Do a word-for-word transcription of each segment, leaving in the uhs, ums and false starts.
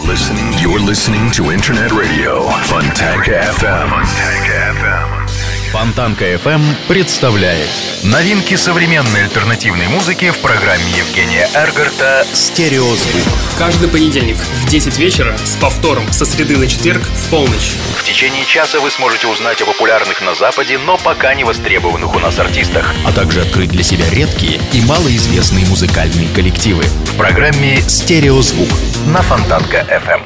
listening, you're listening to Internet Radio Fontanka эф эм. Фонтанка эф эм представляет новинки современной альтернативной музыки в программе Евгения Эргарта «Стереозвук». Каждый понедельник в десять вечера с повтором со среды на четверг в полночь. В течение часа вы сможете узнать о популярных на Западе, но пока не востребованных у нас артистах, а также открыть для себя редкие и малоизвестные музыкальные коллективы в программе «Стереозвук» на Фонтанка эф эм.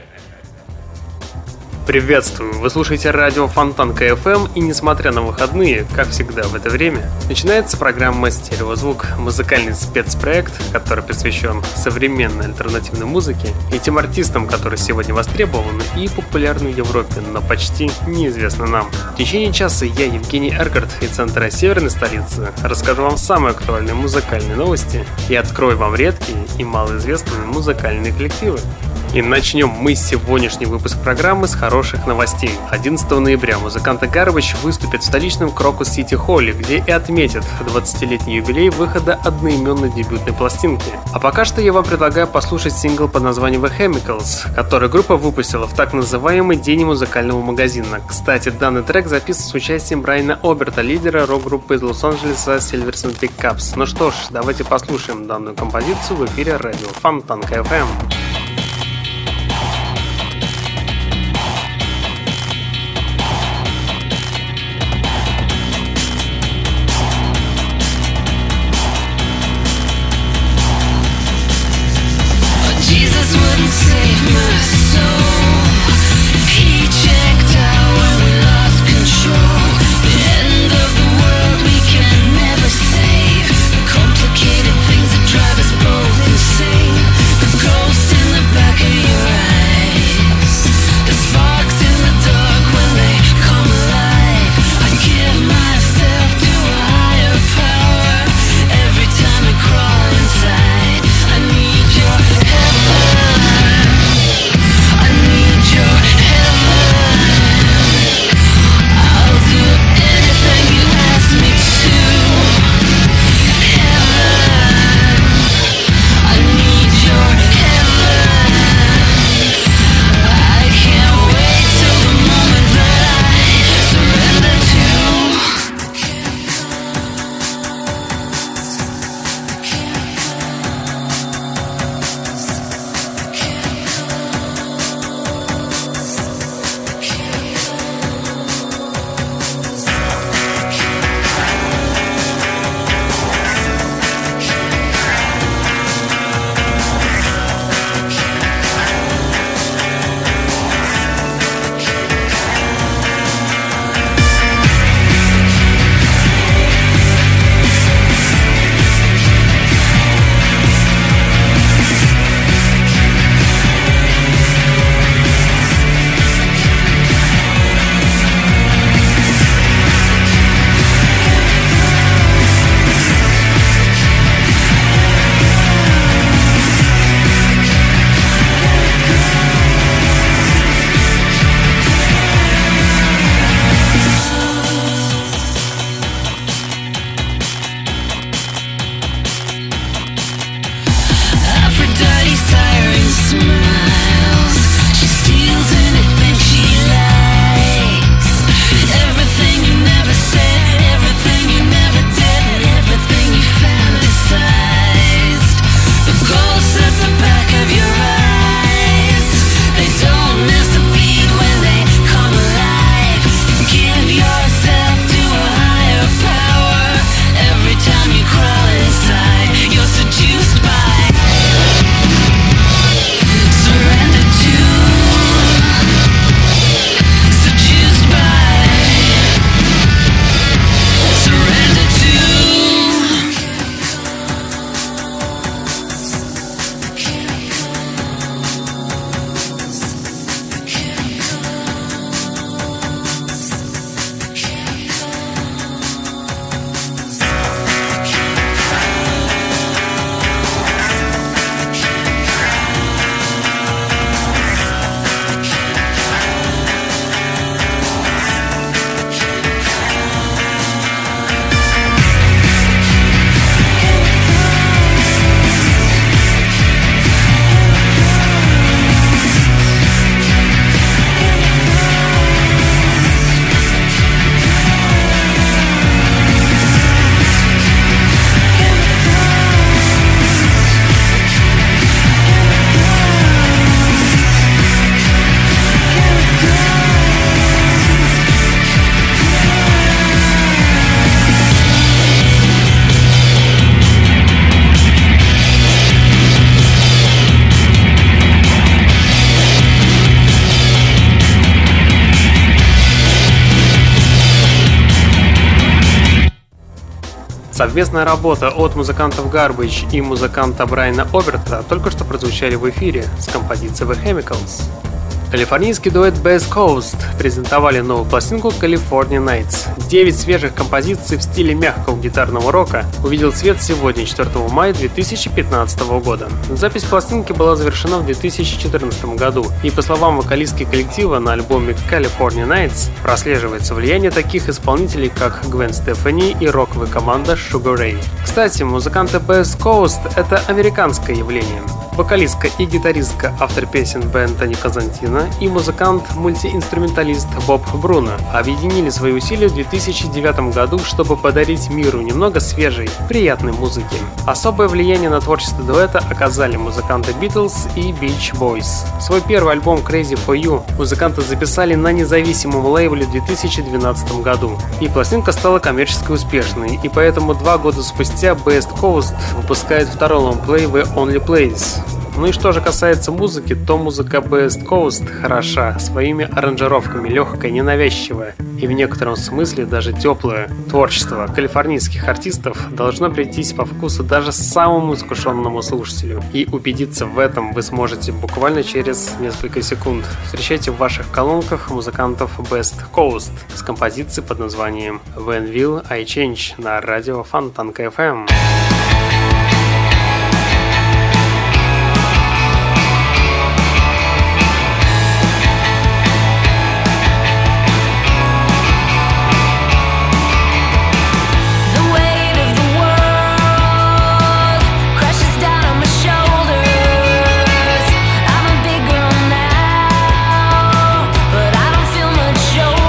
Приветствую! Вы слушаете радио Фонтанка эф эм, и несмотря на выходные, как всегда в это время, начинается программа «Стереозвук», музыкальный спецпроект, который посвящен современной альтернативной музыке и тем артистам, которые сегодня востребованы и популярны в Европе, но почти неизвестны нам. В течение часа я, Евгений Эргарт, из центра северной столицы, расскажу вам самые актуальные музыкальные новости и открою вам редкие и малоизвестные музыкальные коллективы. И начнем мы сегодняшний выпуск программы с хороших новостей. одиннадцатого ноября музыканты Garbage выступят в столичном Крокус Сити Холле, где и отметят двадцатилетний юбилей выхода одноименной дебютной пластинки. А пока что я вам предлагаю послушать сингл под названием The Chemicals, который группа выпустила в так называемый день музыкального магазина. Кстати, данный трек записан с участием Брайана Оберта, лидера рок-группы из Лос-Анджелеса Silver Sun Pickups. Ну что ж, давайте послушаем данную композицию в эфире радио Фонтанка эф эм. Save my soul. He checked out when we lost control. The end of the world we can never save. The complicated things that drive us both insane. The ghosts Совместная работа от музыкантов Garbage и музыканта Брайана Оберта только что прозвучали в эфире с композицией The Chemicals. Калифорнийский дуэт Best Coast презентовали новую пластинку California Nights. Девять свежих композиций в стиле мягкого гитарного рока увидел свет сегодня, четвёртого мая две тысячи пятнадцатого года. Запись пластинки была завершена в две тысячи четырнадцатом году, и по словам вокалистки коллектива, на альбоме California Nights прослеживается влияние таких исполнителей, как Гвен Стефани и роковая команда Sugar Ray. Кстати, музыканты Best Coast — это американское явление. Вокалистка и гитаристка, автор песен Бентони Казантино и музыкант-мультиинструменталист Боб Бруно объединили свои усилия в две тысячи девятом году, чтобы подарить миру немного свежей, приятной музыки. Особое влияние на творчество дуэта оказали музыканты Beatles и Beach Boys. Свой первый альбом Crazy for You музыканты записали на независимом лейбле в две тысячи двенадцатом году, и пластинка стала коммерчески успешной, и поэтому два года спустя Best Coast выпускает второй лонгплей The Only Place. Ну и что же касается музыки, то музыка Best Coast хороша своими аранжировками, легкая, ненавязчивая и в некотором смысле даже теплая. Творчество калифорнийских артистов должно прийтись по вкусу даже самому искушенному слушателю. И убедиться в этом вы сможете буквально через несколько секунд. Встречайте в ваших колонках музыкантов Best Coast с композицией под названием When Will I Change на радио Фонтанка эф эм.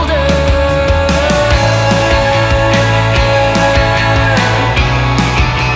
Older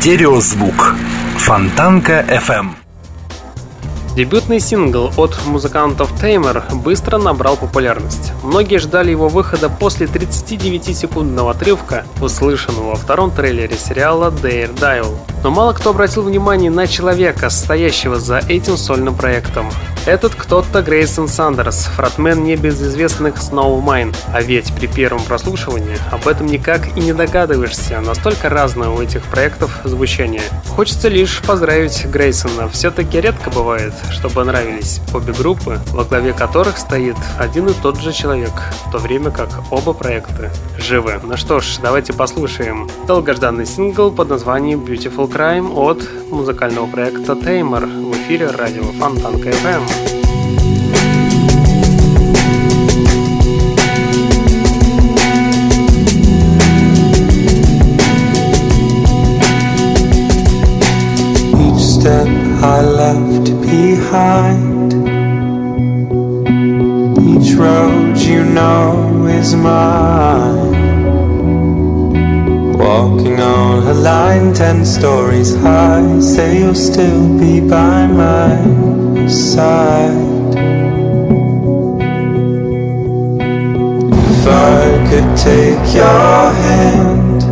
Стереозвук. Фонтанка эф эм. Дебютный сингл от музыкантов Tamer быстро набрал популярность. Многие ждали его выхода после тридцатидевятисекундного отрывка, услышанного во втором трейлере сериала Dare Dial. Но мало кто обратил внимание на человека, стоящего за этим сольным проектом. Этот кто-то Грейсон Сандерс, фронтмен небезызвестных Snowmine. А ведь при первом прослушивании об этом никак и не догадываешься, настолько разное у этих проектов звучание. Хочется лишь поздравить Грейсона, все-таки редко бывает, чтобы нравились обе группы, во главе которых стоит один и тот же человек, в то время как оба проекта живы. Ну что ж, давайте послушаем долгожданный сингл под названием Beautiful Crime от музыкального проекта Tamer в эфире радио Фонтанка эф эм. Step I left behind, each road you know is mine. Walking on a line ten stories high, say you'll still be by my side. If I could take your hand,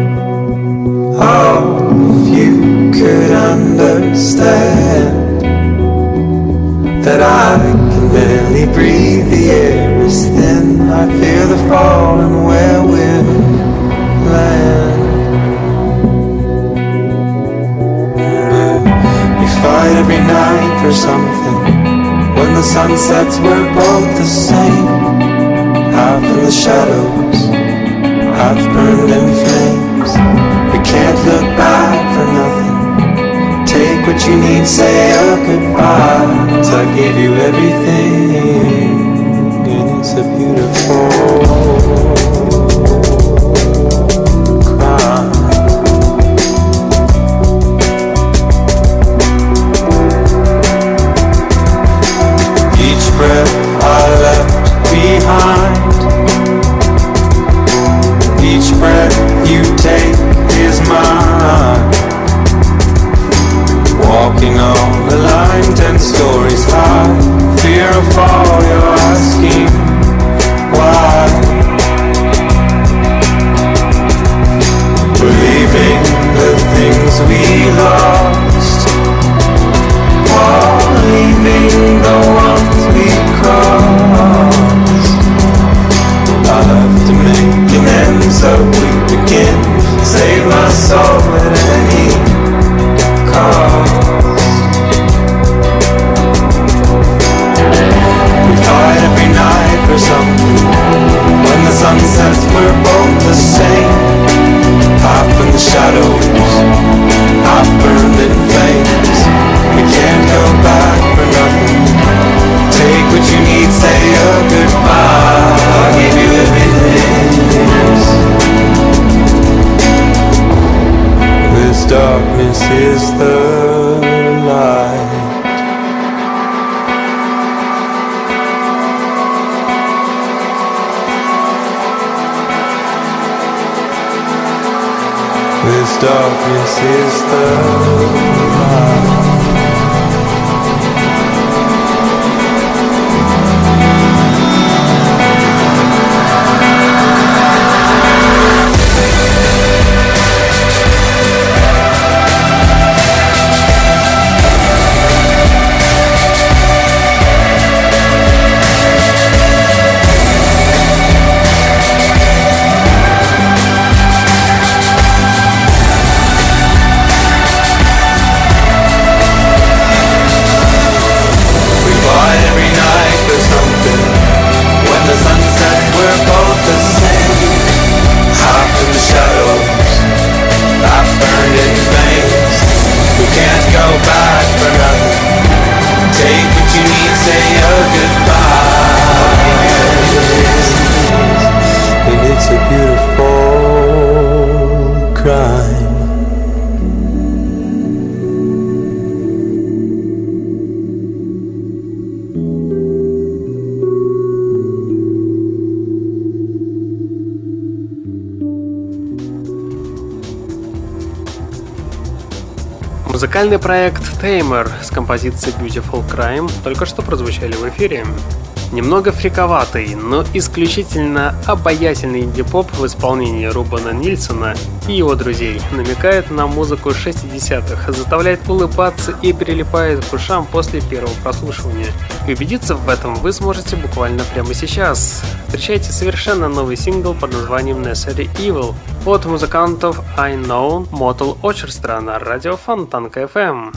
oh, if you could understand that I can barely breathe, the air is thin, I fear the fall and where we'll land. But we fight every night for something. When the sun sets we're both the same, half in the shadows, half burned in flames. We can't look back for nothing. Take what you need, say your goodbyes. I gave you everything, and it's a beautiful crime. Each breath I left behind, each breath you take is mine. Walking on the line ten stories high, fear of fall, you're asking why. Believing the things we lost, while leaving the ones we crossed. I'll have to make an end so we begin. Save my soul at any cost. We fight every night for something. When the sun sets we're both the same, half in the shadows, half burned in flames. We can't go back for nothing. Take what you need, say your goodbye. I'll give you everything. This darkness is the light. This darkness is the light. Музыкальный проект Tamer с композицией Beautiful Crime только что прозвучали в эфире. Немного фриковатый, но исключительно обаятельный инди-поп в исполнении Рубена Нильсона и его друзей намекает на музыку шестидесятых, заставляет улыбаться и прилипает к ушам после первого прослушивания. И убедиться в этом вы сможете буквально прямо сейчас. Встречайте совершенно новый сингл под названием Necessary Evil от музыкантов I Know Motel Orchestra на радио Фонтанка эф эм.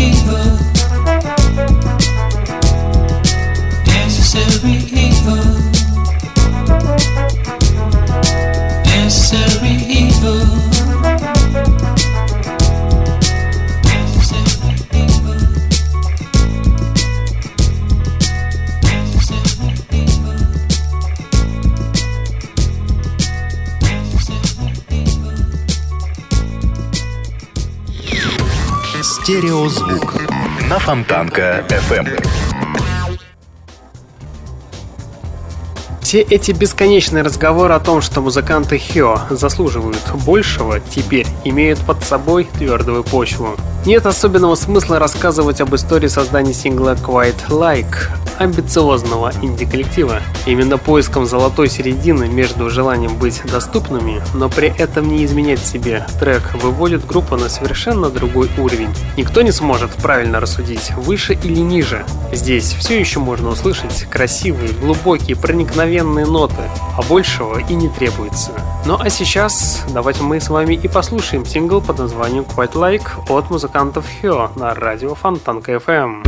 Necessary evil. Стереозвук на Фонтанка эф эм. Все эти бесконечные разговоры о том, что музыканты Хё заслуживают большего, теперь имеют под собой твердую почву. Нет особенного смысла рассказывать об истории создания сингла Quite Like, амбициозного инди-коллектива. Именно поиском золотой середины между желанием быть доступными, но при этом не изменять себе, трек выводит группу на совершенно другой уровень. Никто не сможет правильно рассудить, выше или ниже. Здесь все еще можно услышать красивые, глубокие, проникновенные ноты, а большего и не требуется. Ну а сейчас давайте мы с вами и послушаем сингл под названием Quite Like от музыкантов Хё на радио Фонтанка эф эм.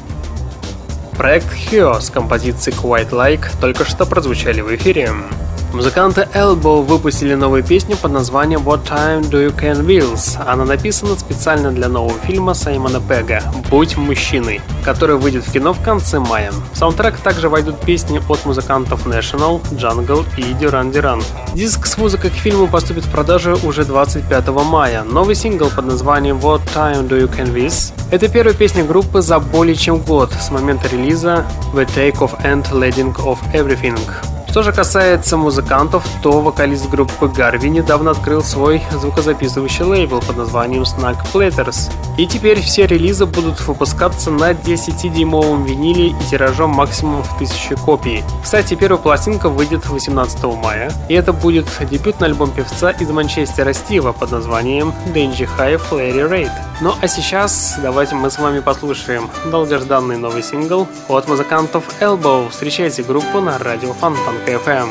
Проект Хё с композицией Quite Like только что прозвучали в эфире. Музыканты Elbow выпустили новую песню под названием What Time Do You Can Wheels. Она написана специально для нового фильма Саймона Пегга «Будь мужчиной», который выйдет в кино в конце мая. В саундтрек также войдут песни от музыкантов National, Jungle и Duran Duran. Диск с музыкой к фильму поступит в продажу уже двадцать пятого мая. Новый сингл под названием What Time Do You Can Wheels — это первая песня группы за более чем год с момента релиза The Take Off and Letting Off Everything. Что же касается музыкантов, то вокалист группы Гарви недавно открыл свой звукозаписывающий лейбл под названием Snag Platters. И теперь все релизы будут выпускаться на десятидюймовом виниле и тиражом максимум в тысячу копий. Кстати, первая пластинка выйдет восемнадцатого мая, и это будет дебютный альбом певца из Манчестера Стива под названием Denji High Flary Raid. Ну а сейчас давайте мы с вами послушаем долгожданный новый сингл от музыкантов Elbow. Встречайте группу на радио Фонтан эф эм.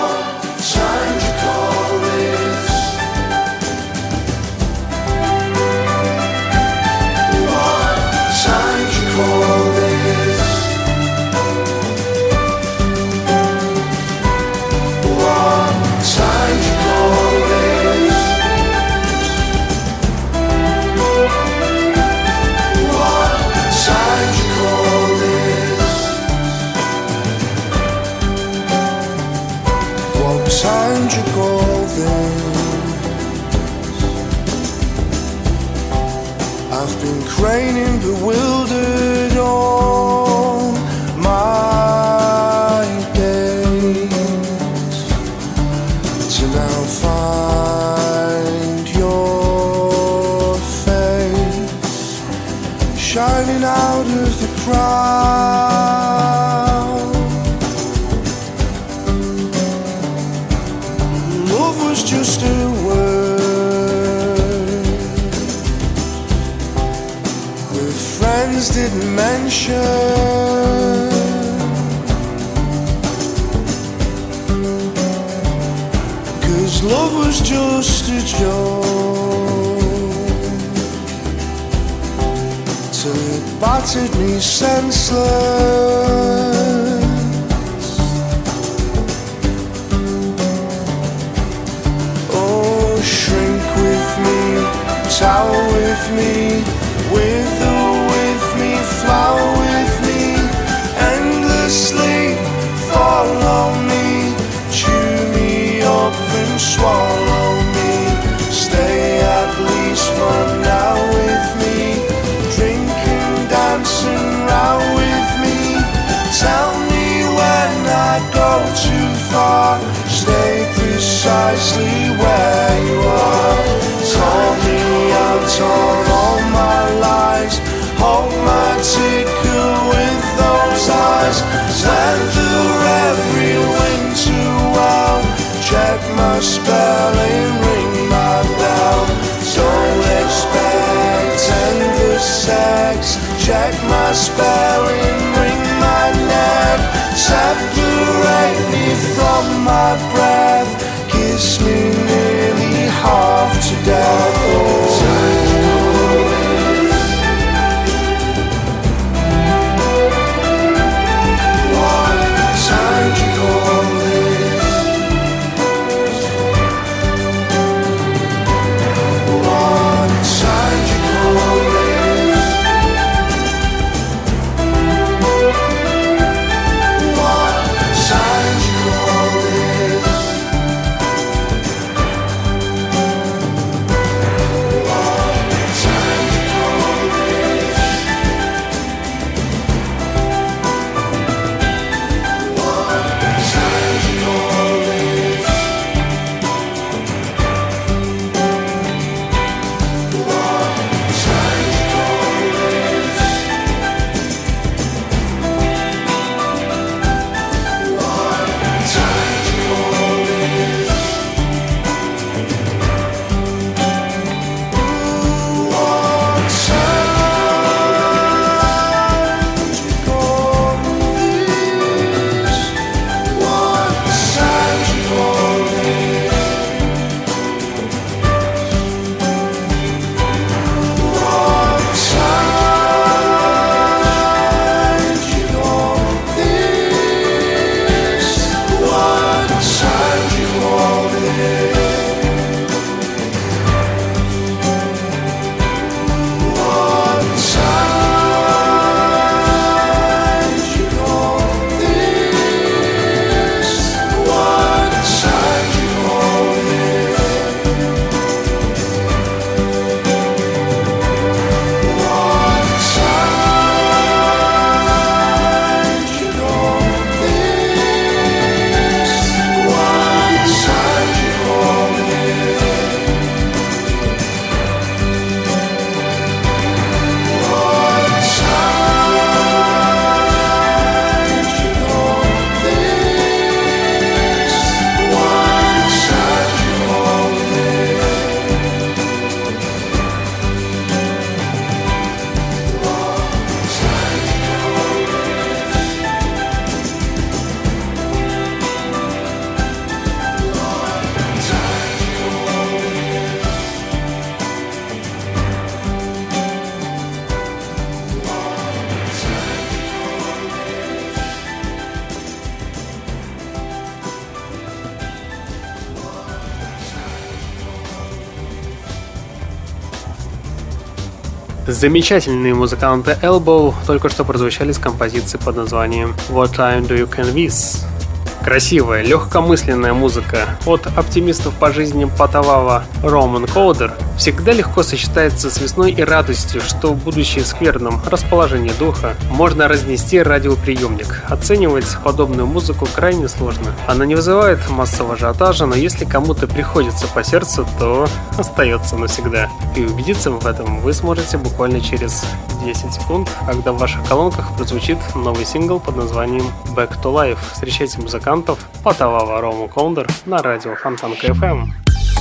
Time you call this? I've been craning, bewildered all my days to now find your face shining out of the crowd. Just a word with friends didn't mention, 'cause love was just a joke till it battered me senseless. Tower with me, wither with me, flower with me, endlessly follow me, chew me up and swallow me, stay at least for now with me, drinking, dancing round with me, tell me when I go too far, stay precisely where you are. Call me out on all my lies, hold my ticker with those eyes, weather every winter well, check my spelling, ring my bell, don't expect tender sex, check my spelling, ring my neck, separate me from my breath, kiss me nearly half to death. Oh. Замечательные музыканты Elbow только что прозвучали с композицией под названием What Time Do You Can This? Красивая, легкомысленная музыка от оптимистов по жизни Патавава Roman Coder всегда легко сочетается с весной и радостью, что, будучи в скверном расположении духа, можно разнести радиоприемник. Оценивать подобную музыку крайне сложно. Она не вызывает массового ажиотажа, но если кому-то приходится по сердцу, то остается навсегда. И убедиться в этом вы сможете буквально через десять секунд, когда в ваших колонках прозвучит новый сингл под названием Back to Life. Встречайте музыкантов Патавава Roman Coder на радио Фонтанка эф эм.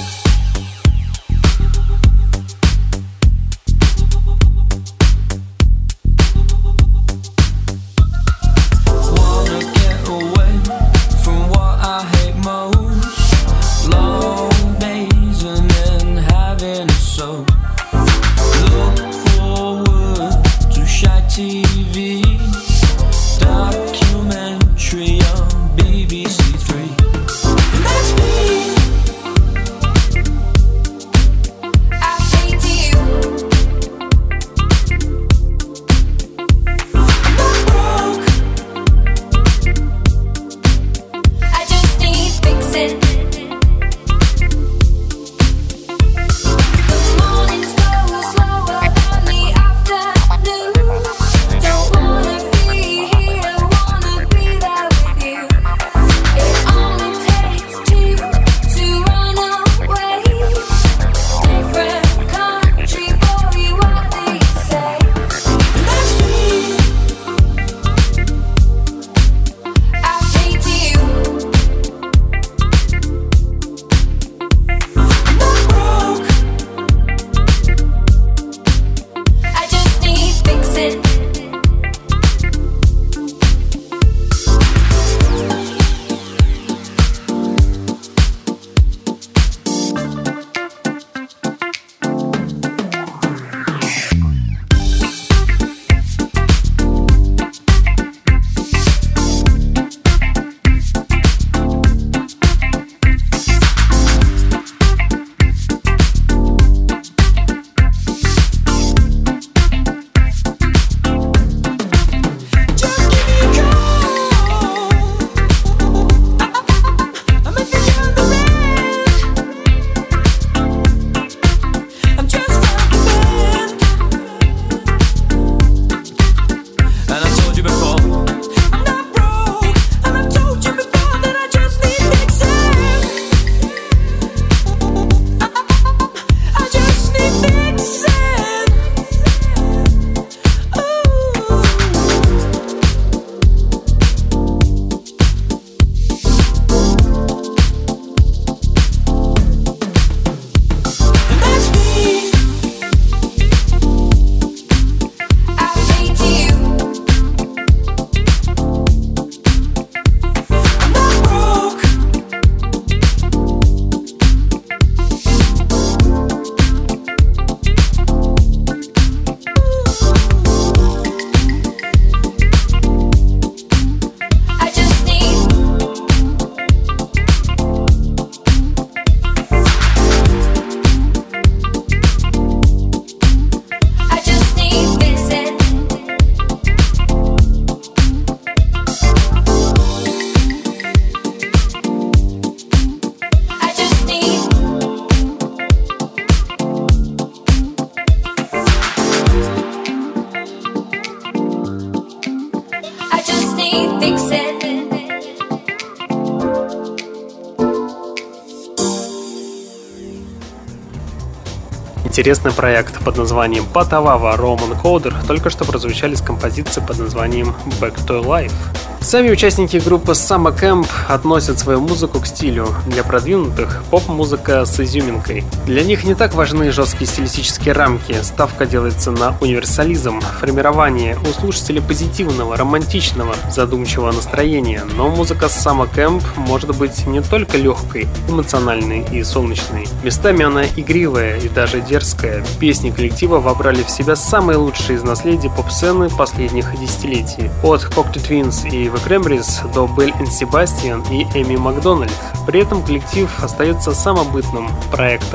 Интересный проект под названием Патавава Roman Coder только что прозвучали с композицией под названием Back to Life. Сами участники группы Summer Camp относят свою музыку к стилю. Для продвинутых поп-музыка с изюминкой. Для них не так важны жесткие стилистические рамки. Ставка делается на универсализм, формирование у слушателей позитивного, романтичного, задумчивого настроения. Но музыка Summer Camp может быть не только легкой, эмоциональной и солнечной. Местами она игривая и даже дерзкая. Песни коллектива вобрали в себя самые лучшие из наследия поп-сцены последних десятилетий. От Cocteau Twins и The Cranberries до Белль энд Себастьян и Эми Макдональд. При этом коллектив остается самобытным проектом.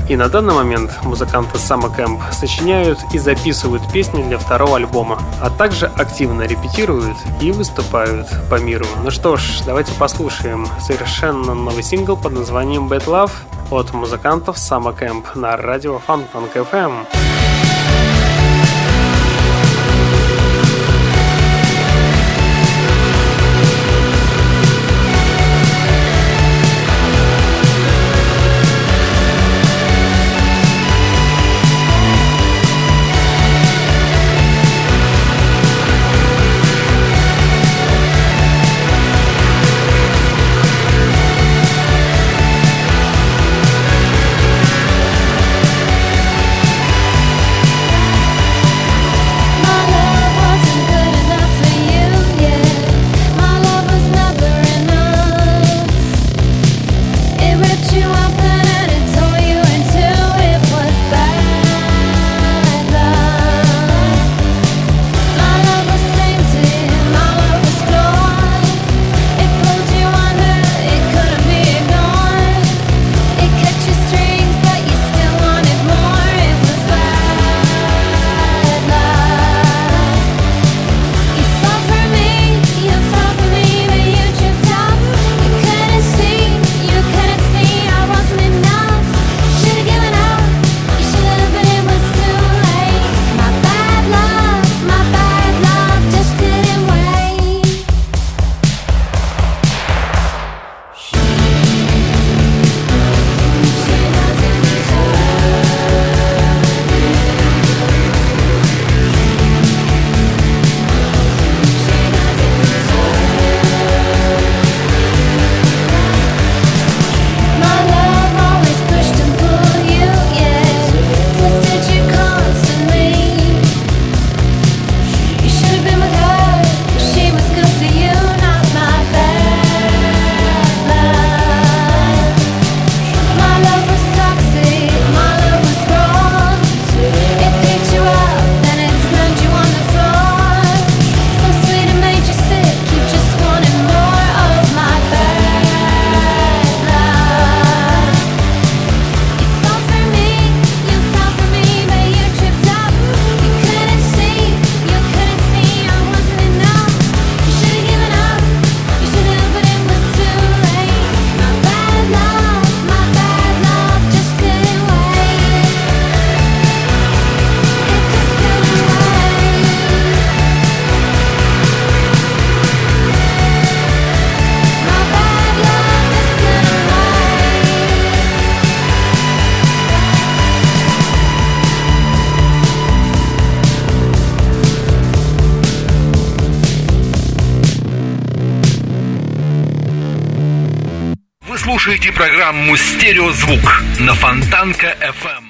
И на данный момент музыканты Summer Camp сочиняют и записывают песни для второго альбома, а также активно репетируют и выступают по миру. Ну что ж, давайте послушаем совершенно новый сингл под названием Bad Love от музыкантов Summer Camp на радио Фонтанка эф эм. Слушайте программу «Стереозвук» на Фонтанка эф эм.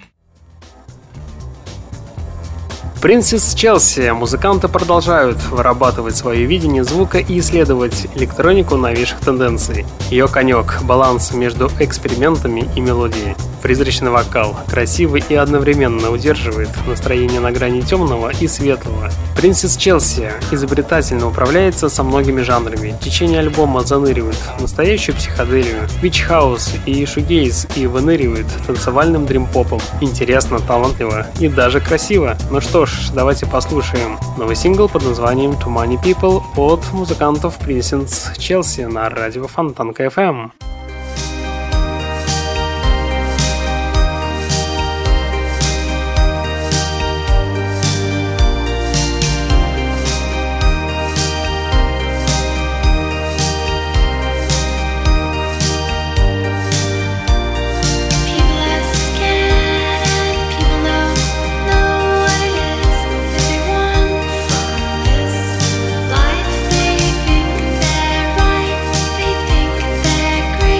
Принцесс Челси. Музыканты продолжают вырабатывать свое видение звука и исследовать электронику новейших тенденций. Ее конек – баланс между экспериментами и мелодией. Призрачный вокал красивый и одновременно удерживает настроение на грани темного и светлого. Принцесс Челси изобретательно управляется со многими жанрами. Течение альбома заныривает в настоящую психоделию, вич-хаус и шугейз и выныривает танцевальным дрим-попом. Интересно, талантливо и даже красиво. Ну что ж, давайте послушаем новый сингл под названием Too Many People от музыкантов Принцесс Челси на радио Фонтанка эф эм. Life they think they're right, they think they're great.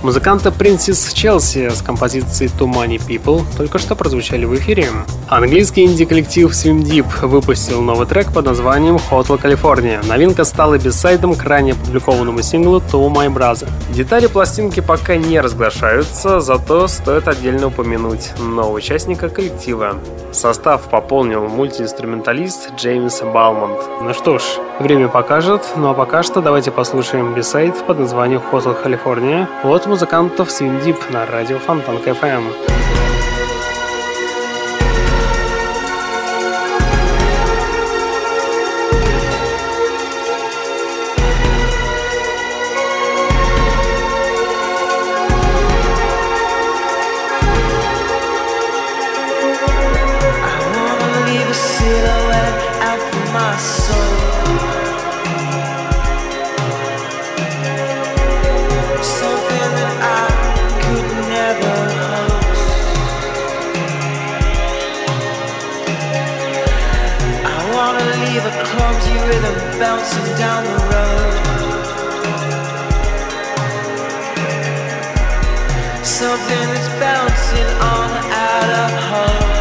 Музыканты Princess Chelsea с композицией Too Many People только что прозвучали в эфире. Английский инди-коллектив Swim Deep выпустил новый трек под названием Hotel California. Новинка стала бисайдом к ранее опубликованному синглу To My Brother. Детали пластинки пока не разглашаются, зато стоит отдельно упомянуть нового участника коллектива. Состав пополнил мультиинструменталист Джеймс Балмонт. Ну что ж, время покажет, ну а пока что давайте послушаем бисайд под названием Hotel California от музыкантов Swim Deep на радио Фонтанка эф эм. Bouncing down the road, something that's bouncing on out of hope.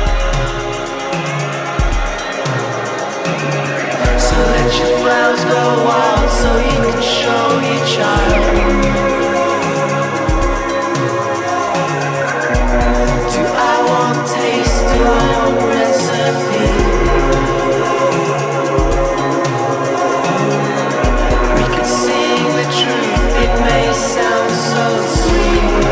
So let your flowers go wild, so you can show your child. Do I want taste? Do I want recipe? It may sound so sweet,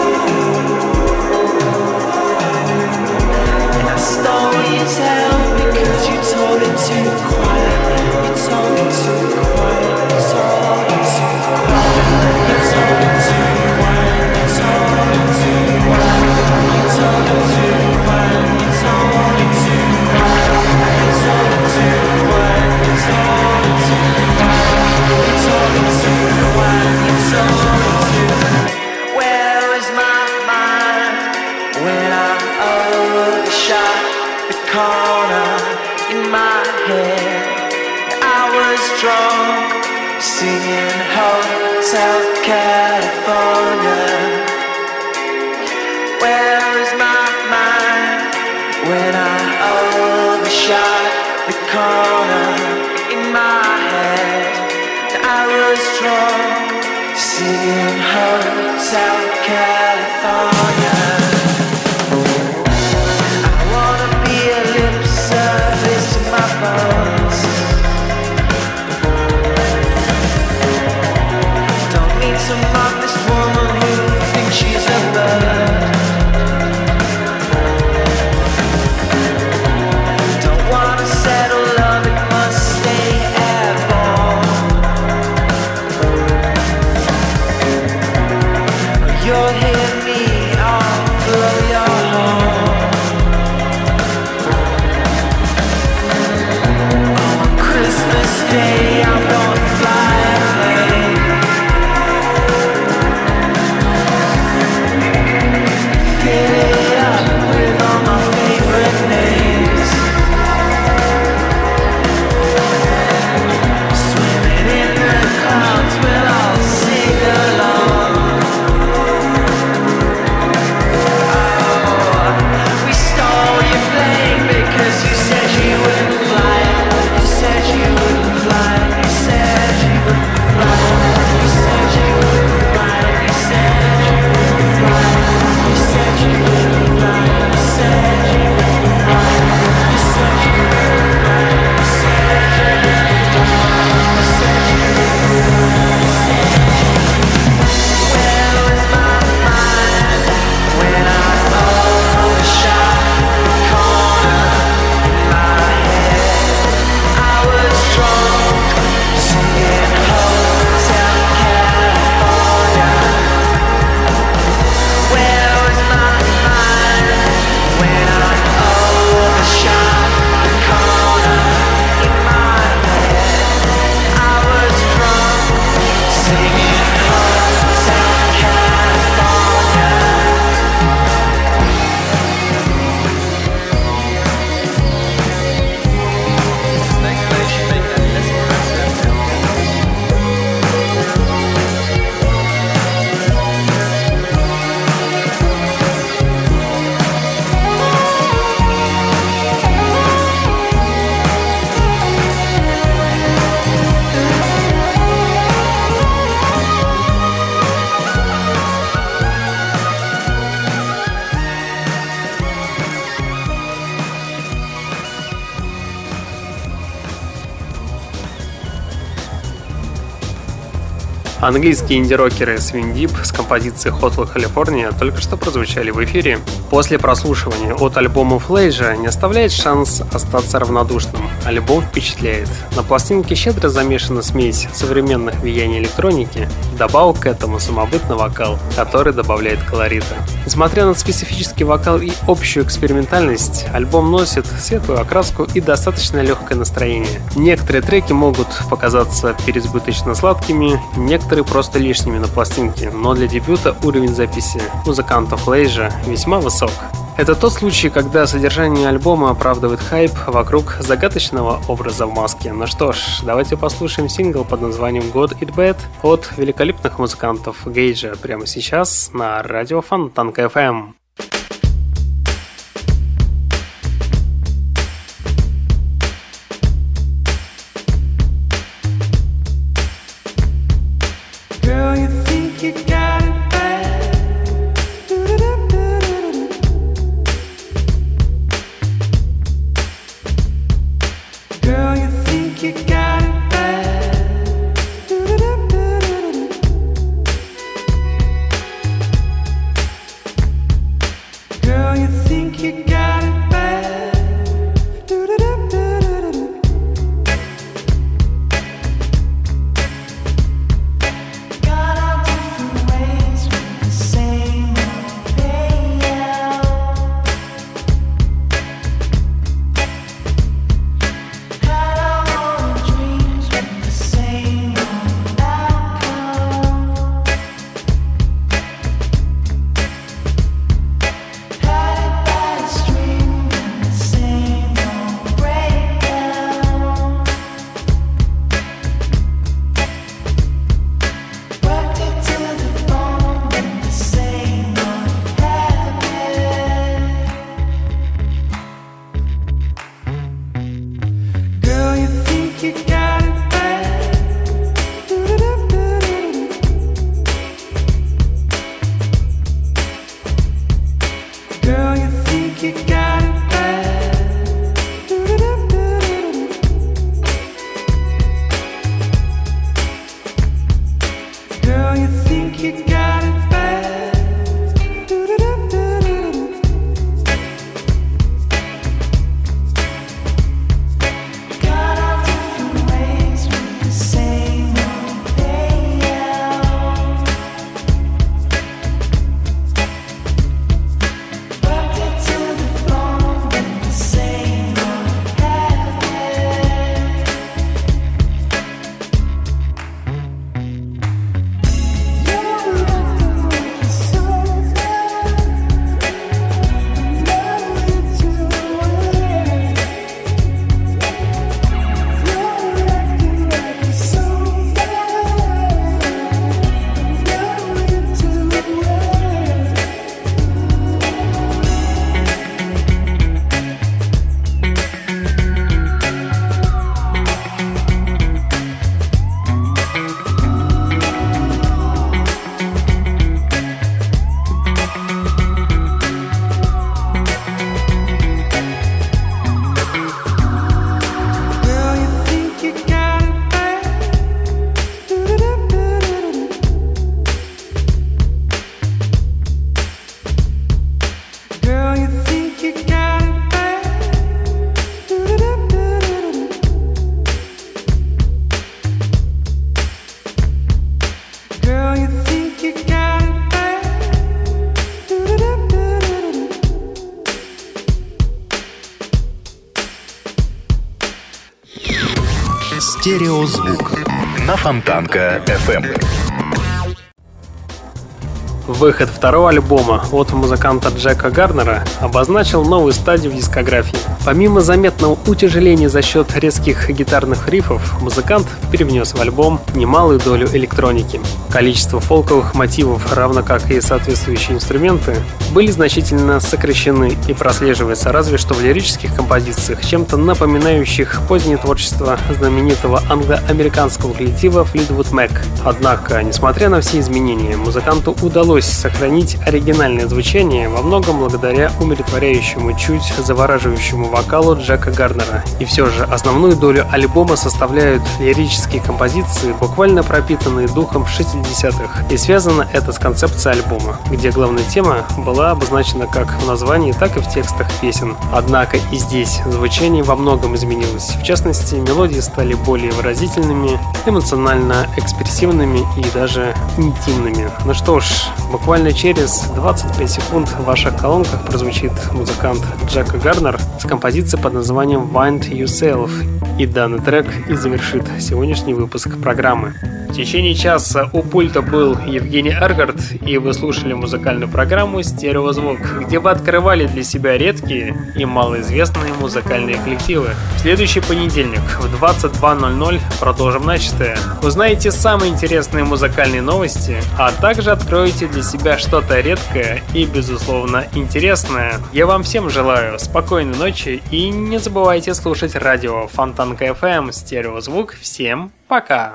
and I stole your tale because you told it too quiet. You told it too quiet. You told it too quiet. You told it too quiet. You told it too quiet. You told it too quiet. You told it too quiet. You told it too quiet. You told it too quiet. You told it too quiet. Where is my mind when I overshot the corner in my head? I was drunk, singing Hotel California. Where is my mind when I overshot the corner in my head? I was drunk, singing Hotel California. I wanna be a lip service to my boss. Don't need to mock this woman who thinks she's a bird. Don't wanna settle love, it must stay airborne. You'll hear me Английские инди-рокеры Swing Deep с композицией Hotel California только что прозвучали в эфире. После прослушивания от альбома Флейжа не оставляет шанс остаться равнодушным. Альбом впечатляет. На пластинке щедро замешана смесь современных влияний электроники, добавок к этому самобытный вокал, который добавляет колорита. Несмотря на специфический вокал и общую экспериментальность, альбом носит светлую окраску и достаточно легкое настроение. Некоторые треки могут показаться переизбыточно сладкими, некоторые просто лишними на пластинке, но для дебюта уровень записи музыкантов Флейжа весьма высок. Это тот случай, когда содержание альбома оправдывает хайп вокруг загадочного образа в маске. Ну что ж, давайте послушаем сингл под названием God It Bad от великолепных музыкантов Гейджа прямо сейчас на радио Фонтанка эф эм. Girl, you think you got it bad. Girl, you think you got it bad. Girl, you think you got it bad. Got all different ways with the same old payout. Got all our dreams with the same old outcome. Had it by a string with the same old breakdown. Worked it to the bone with the same old habit. Girl, you think you got it bad. Girl, you think you got it bad. Girl, you think you got it bad. Got all different ways with the same old payout. Worked it to the bone with the same old habit. You're acting like a soldier. Love you too well. You're acting like a soldier. Love you too well. Girl, you think you got it bad. Girl, you think you got it bad. Girl, you think you got it bad. Стереозвук на Фонтанка эф эм. Выход второго альбома от музыканта Джека Гарнера обозначил новую стадию в дискографии. Помимо заметного утяжеления за счет резких гитарных рифов, музыкант привнес в альбом немалую долю электроники. Количество фолковых мотивов, равно как и соответствующие инструменты, были значительно сокращены и прослеживаются разве что в лирических композициях, чем-то напоминающих позднее творчество знаменитого англо-американского коллектива Fleetwood Mac. Однако, несмотря на все изменения, музыканту удалось удалось сохранить оригинальное звучание во многом благодаря умиротворяющему, чуть завораживающему вокалу Джека Гарнера. И все же основную долю альбома составляют лирические композиции, буквально пропитанные духом шестидесятых. И связано это с концепцией альбома, где главная тема была обозначена как в названии, так и в текстах песен. Однако и здесь звучание во многом изменилось. В частности, мелодии стали более выразительными, эмоционально экспрессивными и даже интимными. Ну что ж, буквально через двадцать пять секунд в ваших колонках прозвучит музыкант Джек Гарнер с композицией под названием Find Yourself. И данный трек и завершит сегодняшний выпуск программы. В течение часа у пульта был Евгений Эргард, и вы слушали музыкальную программу «Стереозвук», где вы открывали для себя редкие и малоизвестные музыкальные коллективы. В следующий понедельник в двадцать два ноль ноль продолжим начатое. Узнаете самые интересные музыкальные новости, а также откроете для себя что-то редкое и, безусловно, интересное. Я вам всем желаю спокойной ночи и не забывайте слушать радио Фонтанка эф эм «Стереозвук». Всем пока!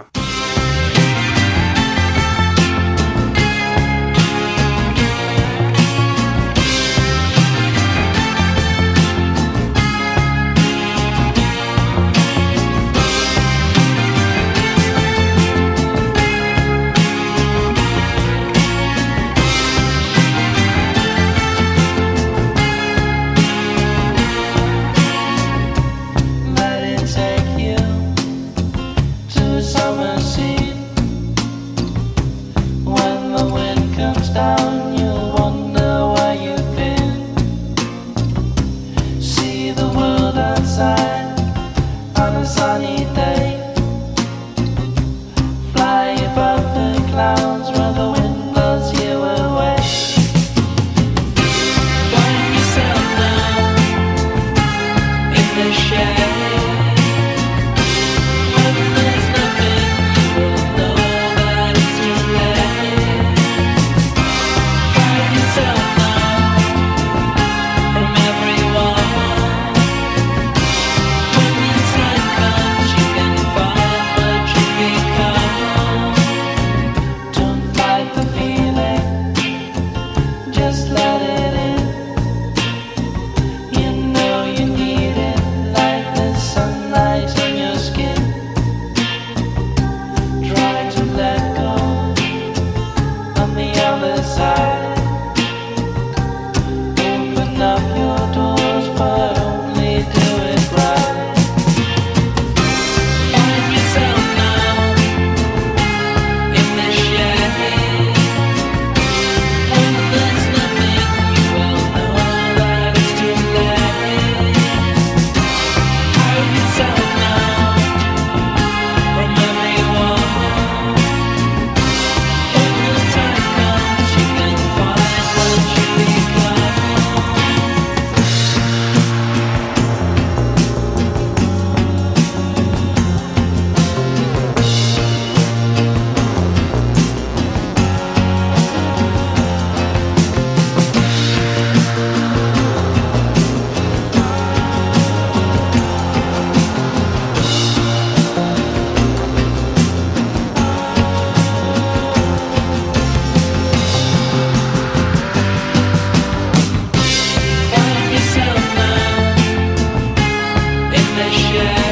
Let it take you to a summer scene. When the wind comes down, you'll wonder where you've been. See the world outside on a sunny day. Fly above the clouds where the wind blows you away. Find yourself now in the shade. When there's nothing, you will know that it's too late. Find yourself now from everyone. When the time comes, you can find what you become. Don't fight the feeling, just let it in. You know you need it, like the sunlight on your skin. Try to let go on the other side. Open up your doors, but only do it right. Find yourself now in the shade. When there's nothing, you will know that it's too late. Hide yourself now from everyone. When the time comes, you can find what you become. Find yourself now in the shade.